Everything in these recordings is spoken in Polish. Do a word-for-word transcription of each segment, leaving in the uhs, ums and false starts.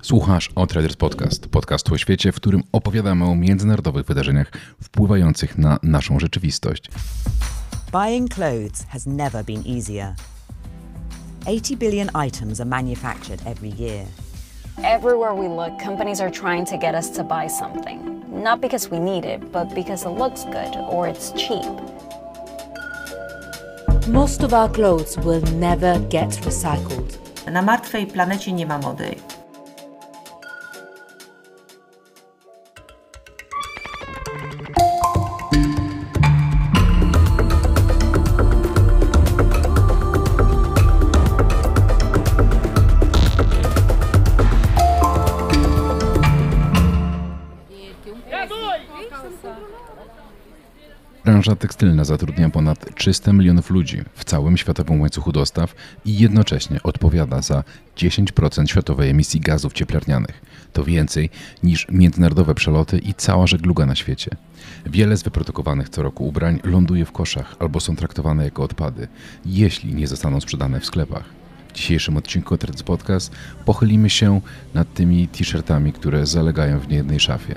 Słuchasz Outriders Podcast, podcastu o świecie, w którym opowiadamy o międzynarodowych wydarzeniach wpływających na naszą rzeczywistość. Buying clothes has never been easier. eighty billion items are manufactured every year. Everywhere we look, companies are trying to get us to buy something. Not because we need it, but because it looks good or it's cheap. Most of our clothes will never get recycled. Na martwej planecie nie ma mody. Branża tekstylna zatrudnia ponad trzysta milionów ludzi w całym światowym łańcuchu dostaw i jednocześnie odpowiada za dziesięć procent światowej emisji gazów cieplarnianych. To więcej niż międzynarodowe przeloty i cała żegluga na świecie. Wiele z wyprodukowanych co roku ubrań ląduje w koszach albo są traktowane jako odpady, jeśli nie zostaną sprzedane w sklepach. W dzisiejszym odcinku Outriders Podcast pochylimy się nad tymi t-shirtami, które zalegają w niejednej szafie.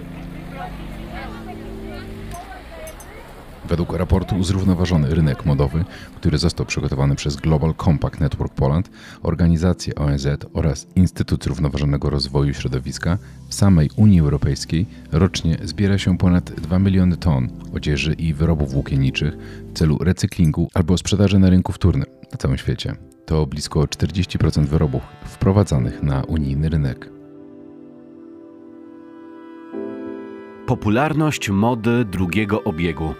Według raportu Zrównoważony rynek modowy, który został przygotowany przez Global Compact Network Poland, organizację O N Z oraz Instytut Zrównoważonego Rozwoju Środowiska, w samej Unii Europejskiej rocznie zbiera się ponad dwa miliony ton odzieży i wyrobów włókienniczych w celu recyklingu albo sprzedaży na rynku wtórnym na całym świecie. To blisko czterdzieści procent wyrobów wprowadzanych na unijny rynek. Popularność mody drugiego obiegu.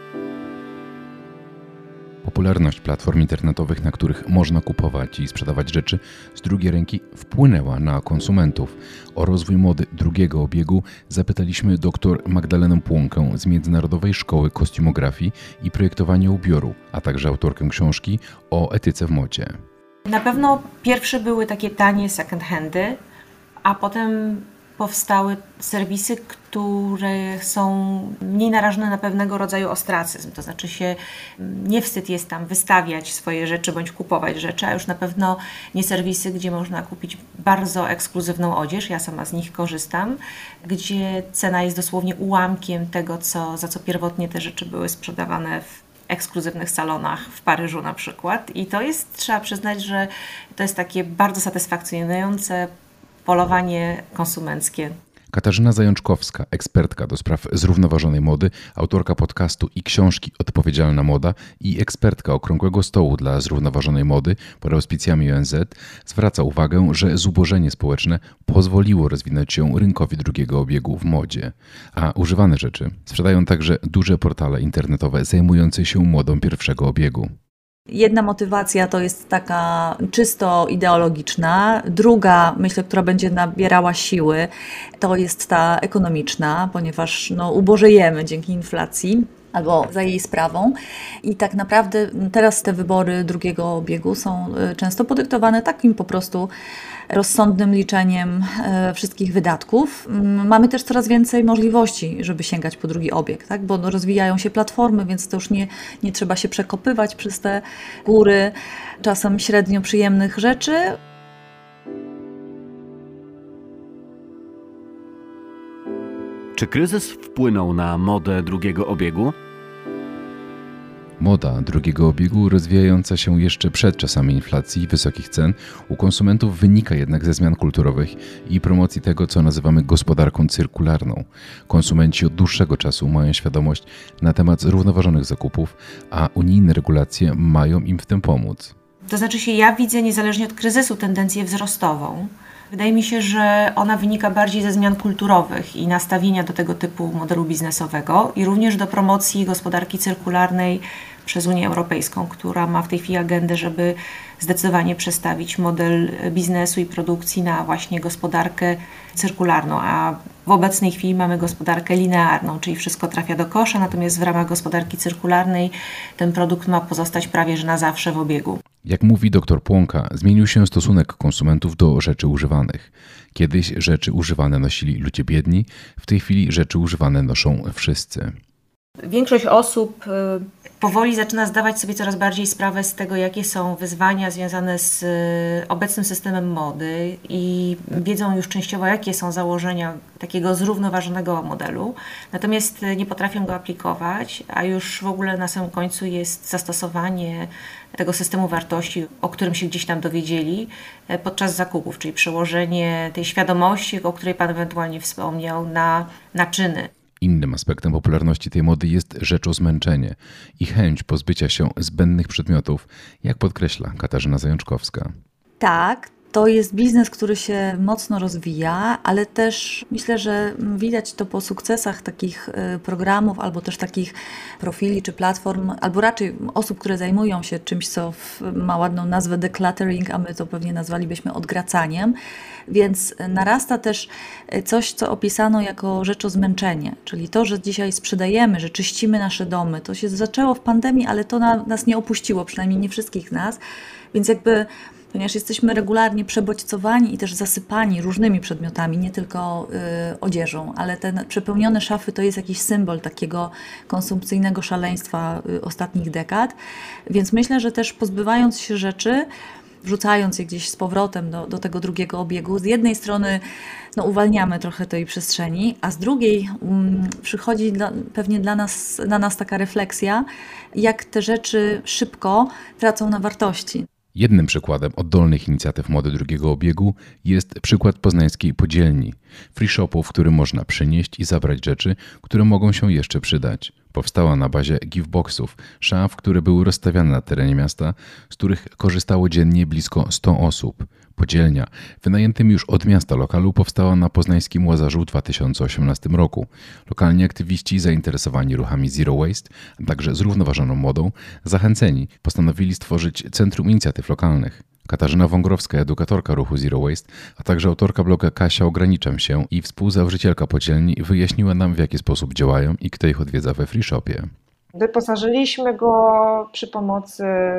Popularność platform internetowych, na których można kupować i sprzedawać rzeczy z drugiej ręki, wpłynęła na konsumentów. O rozwój mody drugiego obiegu zapytaliśmy dr Magdalenę Płonkę z Międzynarodowej Szkoły Kostiumografii i Projektowania Ubioru, a także autorkę książki o etyce w modzie. Na pewno pierwsze były takie tanie second handy, a potem powstały serwisy, które są mniej narażone na pewnego rodzaju ostracyzm. To znaczy się nie wstyd jest tam wystawiać swoje rzeczy bądź kupować rzeczy, a już na pewno nie serwisy, gdzie można kupić bardzo ekskluzywną odzież. Ja sama z nich korzystam, gdzie cena jest dosłownie ułamkiem tego, co, za co pierwotnie te rzeczy były sprzedawane w ekskluzywnych salonach w Paryżu na przykład. I to jest, trzeba przyznać, że to jest takie bardzo satysfakcjonujące polowanie konsumenckie. Katarzyna Zajączkowska, ekspertka do spraw zrównoważonej mody, autorka podcastu i książki Odpowiedzialna moda i ekspertka Okrągłego Stołu dla Zrównoważonej Mody pod auspicjami O N Z, zwraca uwagę, że zubożenie społeczne pozwoliło rozwinąć się rynkowi drugiego obiegu w modzie. A używane rzeczy sprzedają także duże portale internetowe zajmujące się modą pierwszego obiegu. Jedna motywacja to jest taka czysto ideologiczna, druga, myślę, która będzie nabierała siły, to jest ta ekonomiczna, ponieważ no, ubożejemy dzięki inflacji albo za jej sprawą i tak naprawdę teraz te wybory drugiego obiegu są często podyktowane takim po prostu rozsądnym liczeniem wszystkich wydatków. Mamy też coraz więcej możliwości, żeby sięgać po drugi obieg, tak? Bo rozwijają się platformy, więc to już nie, nie trzeba się przekopywać przez te góry czasem średnio przyjemnych rzeczy. Czy kryzys wpłynął na modę drugiego obiegu? Moda drugiego obiegu, rozwijająca się jeszcze przed czasami inflacji i wysokich cen, u konsumentów wynika jednak ze zmian kulturowych i promocji tego, co nazywamy gospodarką cyrkularną. Konsumenci od dłuższego czasu mają świadomość na temat zrównoważonych zakupów, a unijne regulacje mają im w tym pomóc. To znaczy się, ja widzę niezależnie od kryzysu tendencję wzrostową. Wydaje mi się, że ona wynika bardziej ze zmian kulturowych i nastawienia do tego typu modelu biznesowego i również do promocji gospodarki cyrkularnej przez Unię Europejską, która ma w tej chwili agendę, żeby zdecydowanie przestawić model biznesu i produkcji na właśnie gospodarkę cyrkularną, a w obecnej chwili mamy gospodarkę linearną, czyli wszystko trafia do kosza, natomiast w ramach gospodarki cyrkularnej ten produkt ma pozostać prawie że na zawsze w obiegu. Jak mówi dr Płonka, zmienił się stosunek konsumentów do rzeczy używanych. Kiedyś rzeczy używane nosili ludzie biedni, w tej chwili rzeczy używane noszą wszyscy. Większość osób powoli zaczyna zdawać sobie coraz bardziej sprawę z tego, jakie są wyzwania związane z obecnym systemem mody i wiedzą już częściowo, jakie są założenia takiego zrównoważonego modelu, natomiast nie potrafią go aplikować, a już w ogóle na samym końcu jest zastosowanie tego systemu wartości, o którym się gdzieś tam dowiedzieli podczas zakupów, czyli przełożenie tej świadomości, o której Pan ewentualnie wspomniał, na, na czyny. Innym aspektem popularności tej mody jest rzeczozmęczenie i chęć pozbycia się zbędnych przedmiotów, jak podkreśla Katarzyna Zajączkowska. Tak, to jest biznes, który się mocno rozwija, ale też myślę, że widać to po sukcesach takich programów albo też takich profili czy platform, albo raczej osób, które zajmują się czymś, co ma ładną nazwę decluttering, a my to pewnie nazwalibyśmy odgracaniem. Więc narasta też coś, co opisano jako rzeczozmęczenie, czyli to, że dzisiaj sprzedajemy, że czyścimy nasze domy. To się zaczęło w pandemii, ale to na, nas nie opuściło, przynajmniej nie wszystkich nas. Więc jakby, ponieważ jesteśmy regularnie przebodźcowani i też zasypani różnymi przedmiotami, nie tylko y, odzieżą, ale te przepełnione szafy to jest jakiś symbol takiego konsumpcyjnego szaleństwa y, ostatnich dekad. Więc myślę, że też pozbywając się rzeczy, wrzucając je gdzieś z powrotem do, do tego drugiego obiegu, z jednej strony no, uwalniamy trochę tej przestrzeni, a z drugiej um, przychodzi dla, pewnie dla nas, na nas taka refleksja, jak te rzeczy szybko tracą na wartości. Jednym przykładem oddolnych inicjatyw mody drugiego obiegu jest przykład poznańskiej podzielni, free shopu, w którym można przynieść i zabrać rzeczy, które mogą się jeszcze przydać. Powstała na bazie giveboxów, szaf, które były rozstawiane na terenie miasta, z których korzystało dziennie blisko sto osób. Podzielnia, wynajętym już od miasta lokalu, powstała na poznańskim Łazarzu w dwa tysiące osiemnastym roku. Lokalni aktywiści zainteresowani ruchami Zero Waste, a także zrównoważoną modą, zachęceni, postanowili stworzyć Centrum Inicjatyw Lokalnych. Katarzyna Wągrowska, edukatorka ruchu Zero Waste, a także autorka bloga Kasia Ograniczam się i współzałożycielka podzielni, wyjaśniła nam, w jaki sposób działają i kto ich odwiedza we free shopie. Wyposażyliśmy go przy pomocy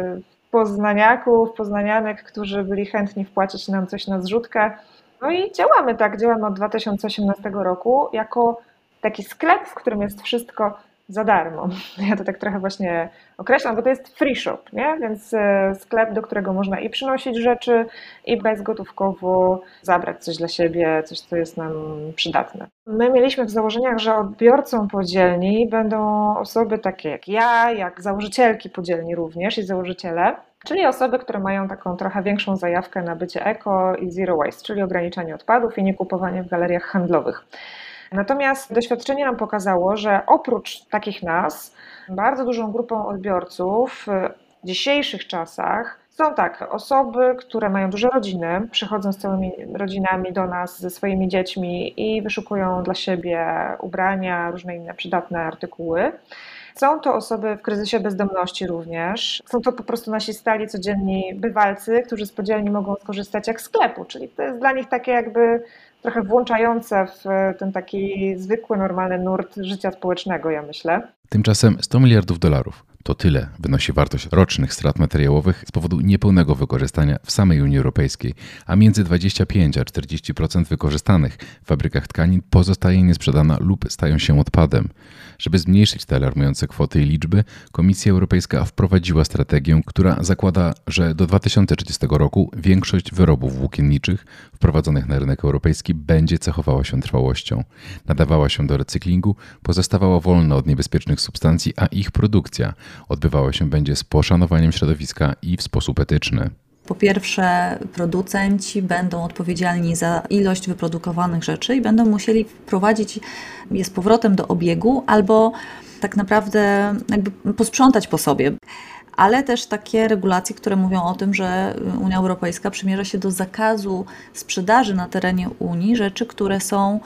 poznaniaków, poznanianek, którzy byli chętni wpłacić nam coś na zrzutkę. No i działamy tak, działamy od dwa tysiące osiemnastego roku jako taki sklep, w którym jest wszystko za darmo. Ja to tak trochę właśnie określam, bo to jest free shop, nie? Więc sklep, do którego można i przynosić rzeczy, i bezgotówkowo zabrać coś dla siebie, coś, co jest nam przydatne. My mieliśmy w założeniach, że odbiorcą podzielni będą osoby takie jak ja, jak założycielki podzielni również i założyciele, czyli osoby, które mają taką trochę większą zajawkę na bycie eko i zero waste, czyli ograniczanie odpadów i nie kupowanie w galeriach handlowych. Natomiast doświadczenie nam pokazało, że oprócz takich nas, bardzo dużą grupą odbiorców w dzisiejszych czasach są tak, osoby, które mają duże rodziny, przychodzą z całymi rodzinami do nas ze swoimi dziećmi i wyszukują dla siebie ubrania, różne inne przydatne artykuły. Są to osoby w kryzysie bezdomności również. Są to po prostu nasi stali, codzienni bywalcy, którzy z podzielni mogą skorzystać jak sklepu, czyli to jest dla nich takie jakby trochę włączające w ten taki zwykły, normalny nurt życia społecznego, ja myślę. Tymczasem sto miliardów dolarów to tyle wynosi wartość rocznych strat materiałowych z powodu niepełnego wykorzystania w samej Unii Europejskiej, a między dwadzieścia pięć a czterdzieści procent wykorzystanych w fabrykach tkanin pozostaje niesprzedana lub stają się odpadem. Żeby zmniejszyć te alarmujące kwoty i liczby, Komisja Europejska wprowadziła strategię, która zakłada, że do dwa tysiące trzydziestego roku większość wyrobów włókienniczych wprowadzonych na rynek europejski będzie cechowała się trwałością. Nadawała się do recyklingu, pozostawała wolna od niebezpiecznych substancji, a ich produkcja odbywała się będzie z poszanowaniem środowiska i w sposób etyczny. Po pierwsze, producenci będą odpowiedzialni za ilość wyprodukowanych rzeczy i będą musieli wprowadzić je z powrotem do obiegu albo tak naprawdę jakby posprzątać po sobie. Ale też takie regulacje, które mówią o tym, że Unia Europejska przymierza się do zakazu sprzedaży na terenie Unii rzeczy, które są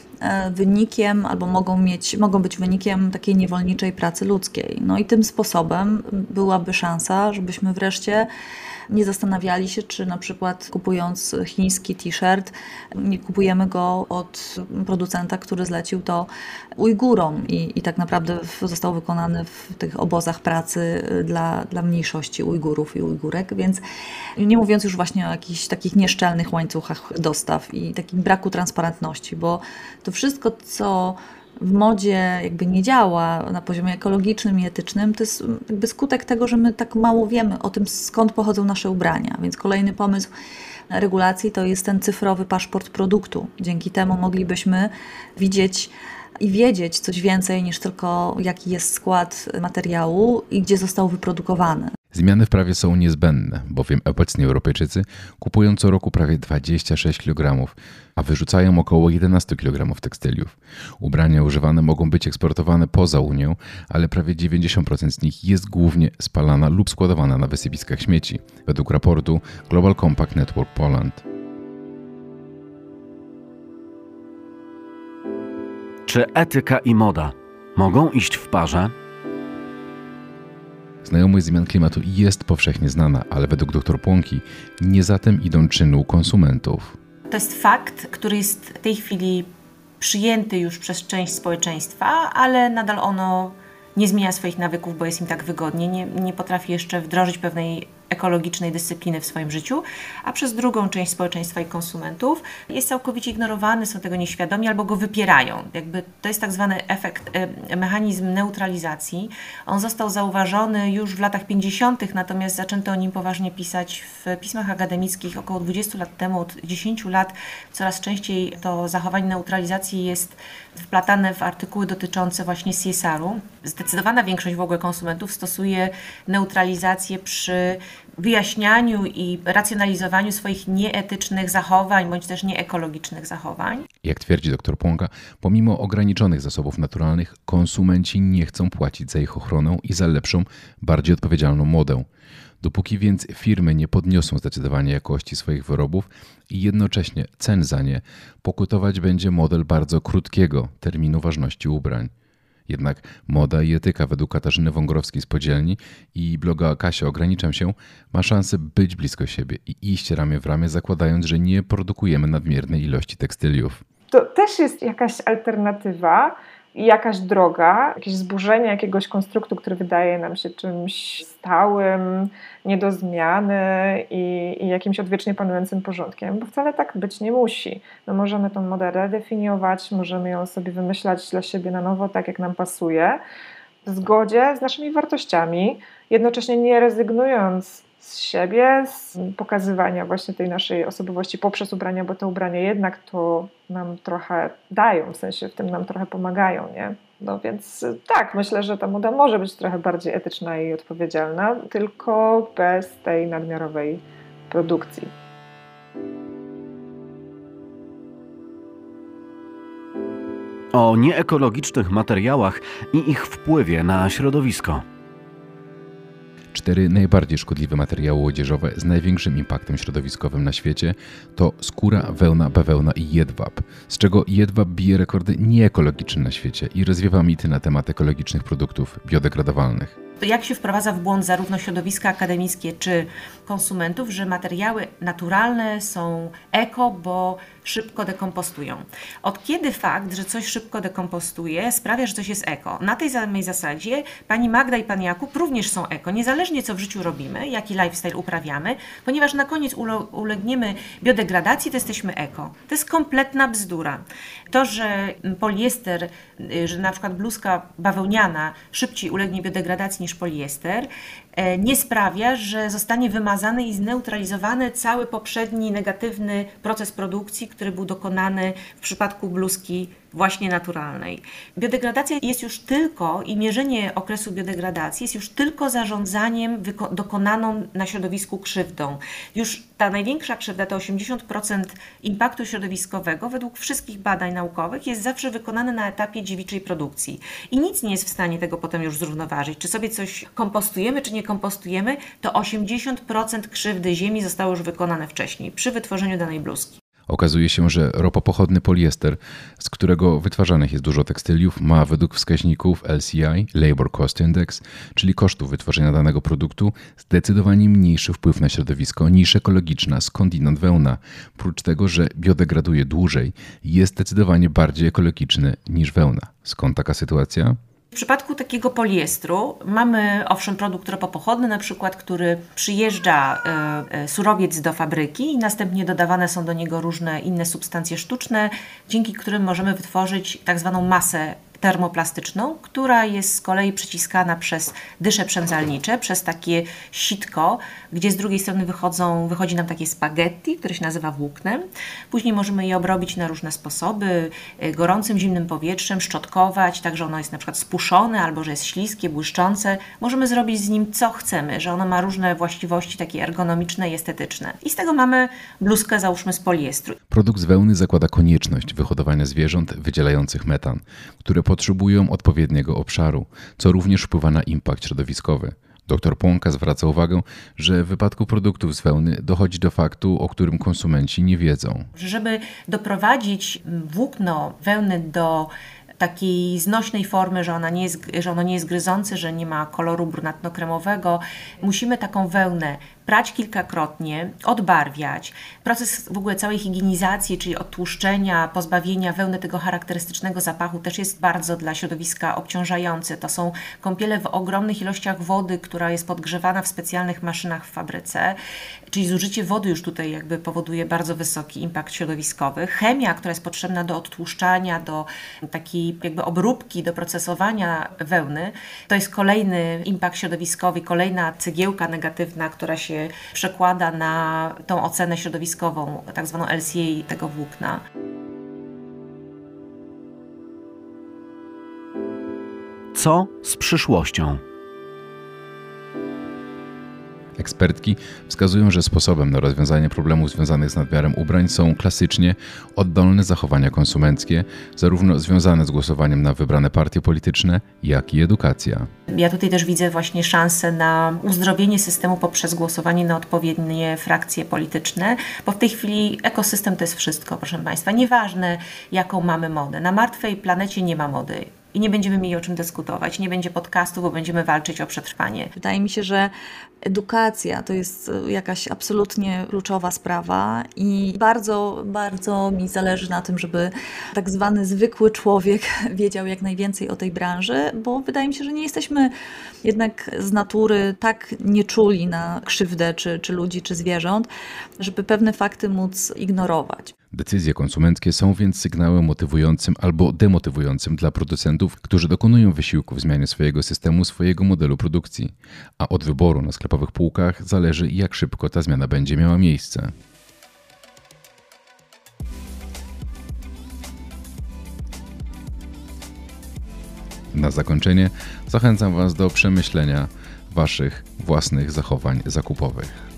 wynikiem albo mogą mieć, mogą być wynikiem takiej niewolniczej pracy ludzkiej. No i tym sposobem byłaby szansa, żebyśmy wreszcie nie zastanawiali się, czy na przykład kupując chiński t-shirt nie kupujemy go od producenta, który zlecił to Ujgurom i, i tak naprawdę został wykonany w tych obozach pracy dla, dla mniejszości Ujgurów i Ujgurek, więc nie mówiąc już właśnie o jakichś takich nieszczelnych łańcuchach dostaw i takim braku transparentności, bo to wszystko, co w modzie jakby nie działa na poziomie ekologicznym i etycznym, to jest jakby skutek tego, że my tak mało wiemy o tym, skąd pochodzą nasze ubrania. Więc kolejny pomysł regulacji to jest ten cyfrowy paszport produktu. Dzięki temu moglibyśmy widzieć i wiedzieć coś więcej niż tylko jaki jest skład materiału i gdzie został wyprodukowany. Zmiany w prawie są niezbędne, bowiem obecni Europejczycy kupują co roku prawie dwadzieścia sześć kilogramów, a wyrzucają około jedenaście kilogramów tekstyliów. Ubrania używane mogą być eksportowane poza Unią, ale prawie dziewięćdziesiąt procent z nich jest głównie spalana lub składowana na wysypiskach śmieci, według raportu Global Compact Network Poland. Czy etyka i moda mogą iść w parze? Znajomość zmian klimatu jest powszechnie znana, ale według dr Płonki nie za tym idą czyny u konsumentów. To jest fakt, który jest w tej chwili przyjęty już przez część społeczeństwa, ale nadal ono nie zmienia swoich nawyków, bo jest im tak wygodnie, nie, nie potrafi jeszcze wdrożyć pewnej ekologicznej dyscypliny w swoim życiu, a przez drugą część społeczeństwa i konsumentów jest całkowicie ignorowany, są tego nieświadomi albo go wypierają. Jakby to jest tak zwany efekt, mechanizm neutralizacji. On został zauważony już w latach pięćdziesiątych, natomiast zaczęto o nim poważnie pisać w pismach akademickich około dwudziestu lat temu. Od dziesięciu lat coraz częściej to zachowanie neutralizacji jest wplatane w artykuły dotyczące właśnie C S R u. Zdecydowana większość w ogóle konsumentów stosuje neutralizację przy wyjaśnianiu i racjonalizowaniu swoich nieetycznych zachowań bądź też nieekologicznych zachowań. Jak twierdzi dr Płonka, pomimo ograniczonych zasobów naturalnych, konsumenci nie chcą płacić za ich ochronę i za lepszą, bardziej odpowiedzialną modę. Dopóki więc firmy nie podniosą zdecydowanie jakości swoich wyrobów i jednocześnie cen za nie, pokutować będzie model bardzo krótkiego terminu ważności ubrań. Jednak moda i etyka według Katarzyny Wągrowskiej z Podzielni i bloga Kasia Ograniczam się ma szansę być blisko siebie i iść ramię w ramię, zakładając, że nie produkujemy nadmiernej ilości tekstyliów. To też jest jakaś alternatywa i jakaś droga, jakieś zburzenie jakiegoś konstruktu, który wydaje nam się czymś stałym, nie do zmiany i, i jakimś odwiecznie panującym porządkiem, bo wcale tak być nie musi. No możemy tą modę redefiniować, możemy ją sobie wymyślać dla siebie na nowo, tak jak nam pasuje, w zgodzie z naszymi wartościami, jednocześnie nie rezygnując z siebie, z pokazywania właśnie tej naszej osobowości poprzez ubrania, bo te ubrania jednak to nam trochę dają, w sensie w tym nam trochę pomagają, nie? No więc tak, myślę, że ta moda może być trochę bardziej etyczna i odpowiedzialna, tylko bez tej nadmiarowej produkcji. O nieekologicznych materiałach i ich wpływie na środowisko. Cztery najbardziej szkodliwe materiały odzieżowe z największym impaktem środowiskowym na świecie to skóra, wełna, bawełna i jedwab, z czego jedwab bije rekordy nieekologiczne na świecie i rozwiewa mity na temat ekologicznych produktów biodegradowalnych. Jak się wprowadza w błąd zarówno środowiska akademickie czy konsumentów, że materiały naturalne są eko, bo szybko dekompostują. Od kiedy fakt, że coś szybko dekompostuje, sprawia, że coś jest eko? Na tej samej zasadzie pani Magda i pan Jakub również są eko, niezależnie co w życiu robimy, jaki lifestyle uprawiamy, ponieważ na koniec ulegniemy biodegradacji, to jesteśmy eko. To jest kompletna bzdura. To, że poliester, że na przykład bluzka bawełniana szybciej ulegnie biodegradacji niż poliester, nie sprawia, że zostanie wymazany i zneutralizowany cały poprzedni negatywny proces produkcji, który był dokonany w przypadku bluzki właśnie naturalnej. Biodegradacja jest już tylko i mierzenie okresu biodegradacji jest już tylko zarządzaniem dokonaną na środowisku krzywdą. Już ta największa krzywda, to osiemdziesiąt procent impaktu środowiskowego według wszystkich badań naukowych jest zawsze wykonane na etapie dziewiczej produkcji. I nic nie jest w stanie tego potem już zrównoważyć. Czy sobie coś kompostujemy, czy nie kompostujemy, to osiemdziesiąt procent krzywdy ziemi zostało już wykonane wcześniej przy wytworzeniu danej bluzki. Okazuje się, że ropopochodny poliester, z którego wytwarzanych jest dużo tekstyliów, ma według wskaźników L C I, Labor Cost Index, czyli kosztów wytworzenia danego produktu, zdecydowanie mniejszy wpływ na środowisko niż ekologiczna skądinąd wełna. Prócz tego, że biodegraduje dłużej, jest zdecydowanie bardziej ekologiczny niż wełna. Skąd taka sytuacja? W przypadku takiego poliestru mamy owszem produkt ropopochodny, na przykład, który przyjeżdża y, y, surowiec do fabryki i następnie dodawane są do niego różne inne substancje sztuczne, dzięki którym możemy wytworzyć tak zwaną masę termoplastyczną, która jest z kolei przyciskana przez dysze przędzalnicze, przez takie sitko, gdzie z drugiej strony wychodzą, wychodzi nam takie spaghetti, które się nazywa włóknem. Później możemy je obrobić na różne sposoby, gorącym, zimnym powietrzem, szczotkować, tak, że ono jest na przykład spuszczone albo że jest śliskie, błyszczące. Możemy zrobić z nim co chcemy, że ono ma różne właściwości takie ergonomiczne i estetyczne. I z tego mamy bluzkę, załóżmy, z poliestru. Produkt z wełny zakłada konieczność wyhodowania zwierząt wydzielających metan, które potrzebują odpowiedniego obszaru, co również wpływa na impact środowiskowy. Doktor Płonka zwraca uwagę, że w wypadku produktów z wełny dochodzi do faktu, o którym konsumenci nie wiedzą. Żeby doprowadzić włókno wełny do takiej znośnej formy, że, ona nie jest, że ono nie jest gryzące, że nie ma koloru brunatno-kremowego, musimy taką wełnę prać kilkakrotnie, odbarwiać. Proces w ogóle całej higienizacji, czyli odtłuszczenia, pozbawienia wełny tego charakterystycznego zapachu też jest bardzo dla środowiska obciążający. To są kąpiele w ogromnych ilościach wody, która jest podgrzewana w specjalnych maszynach w fabryce, czyli zużycie wody już tutaj jakby powoduje bardzo wysoki impact środowiskowy. Chemia, która jest potrzebna do odtłuszczania, do takiej jakby obróbki, do procesowania wełny, to jest kolejny impact środowiskowy, kolejna cegiełka negatywna, która się przekłada na tą ocenę środowiskową, tak zwaną L C A tego włókna. Co z przyszłością? Ekspertki wskazują, że sposobem na rozwiązanie problemów związanych z nadmiarem ubrań są klasycznie oddolne zachowania konsumenckie, zarówno związane z głosowaniem na wybrane partie polityczne, jak i edukacja. Ja tutaj też widzę właśnie szansę na uzdrowienie systemu poprzez głosowanie na odpowiednie frakcje polityczne, bo w tej chwili ekosystem to jest wszystko, proszę Państwa. Nieważne, jaką mamy modę. Na martwej planecie nie ma mody. I nie będziemy mieli o czym dyskutować, nie będzie podcastów, bo będziemy walczyć o przetrwanie. Wydaje mi się, że edukacja to jest jakaś absolutnie kluczowa sprawa i bardzo, bardzo mi zależy na tym, żeby tak zwany zwykły człowiek wiedział jak najwięcej o tej branży, bo wydaje mi się, że nie jesteśmy jednak z natury tak nieczuli na krzywdę czy, czy ludzi, czy zwierząt, żeby pewne fakty móc ignorować. Decyzje konsumenckie są więc sygnałem motywującym albo demotywującym dla producentów, którzy dokonują wysiłku w zmianie swojego systemu, swojego modelu produkcji. A od wyboru na sklepowych półkach zależy, jak szybko ta zmiana będzie miała miejsce. Na zakończenie zachęcam Was do przemyślenia Waszych własnych zachowań zakupowych.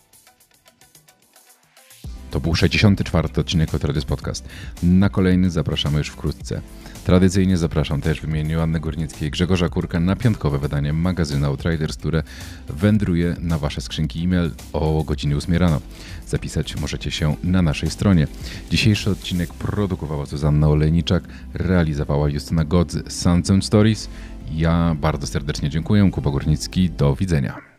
To był sześćdziesiąty czwarty odcinek od Radius Podcast. Na kolejny zapraszamy już wkrótce. Tradycyjnie zapraszam też w imieniu Anny Górnickiej, Grzegorza Kurka na piątkowe wydanie magazynu Outriders, które wędruje na Wasze skrzynki e-mail o godzinie ósmej rano. Zapisać możecie się na naszej stronie. Dzisiejszy odcinek produkowała Zuzanna Olejniczak, realizowała Justyna Godz z Sounds and Stories. Ja bardzo serdecznie dziękuję. Kuba Górnicki, do widzenia.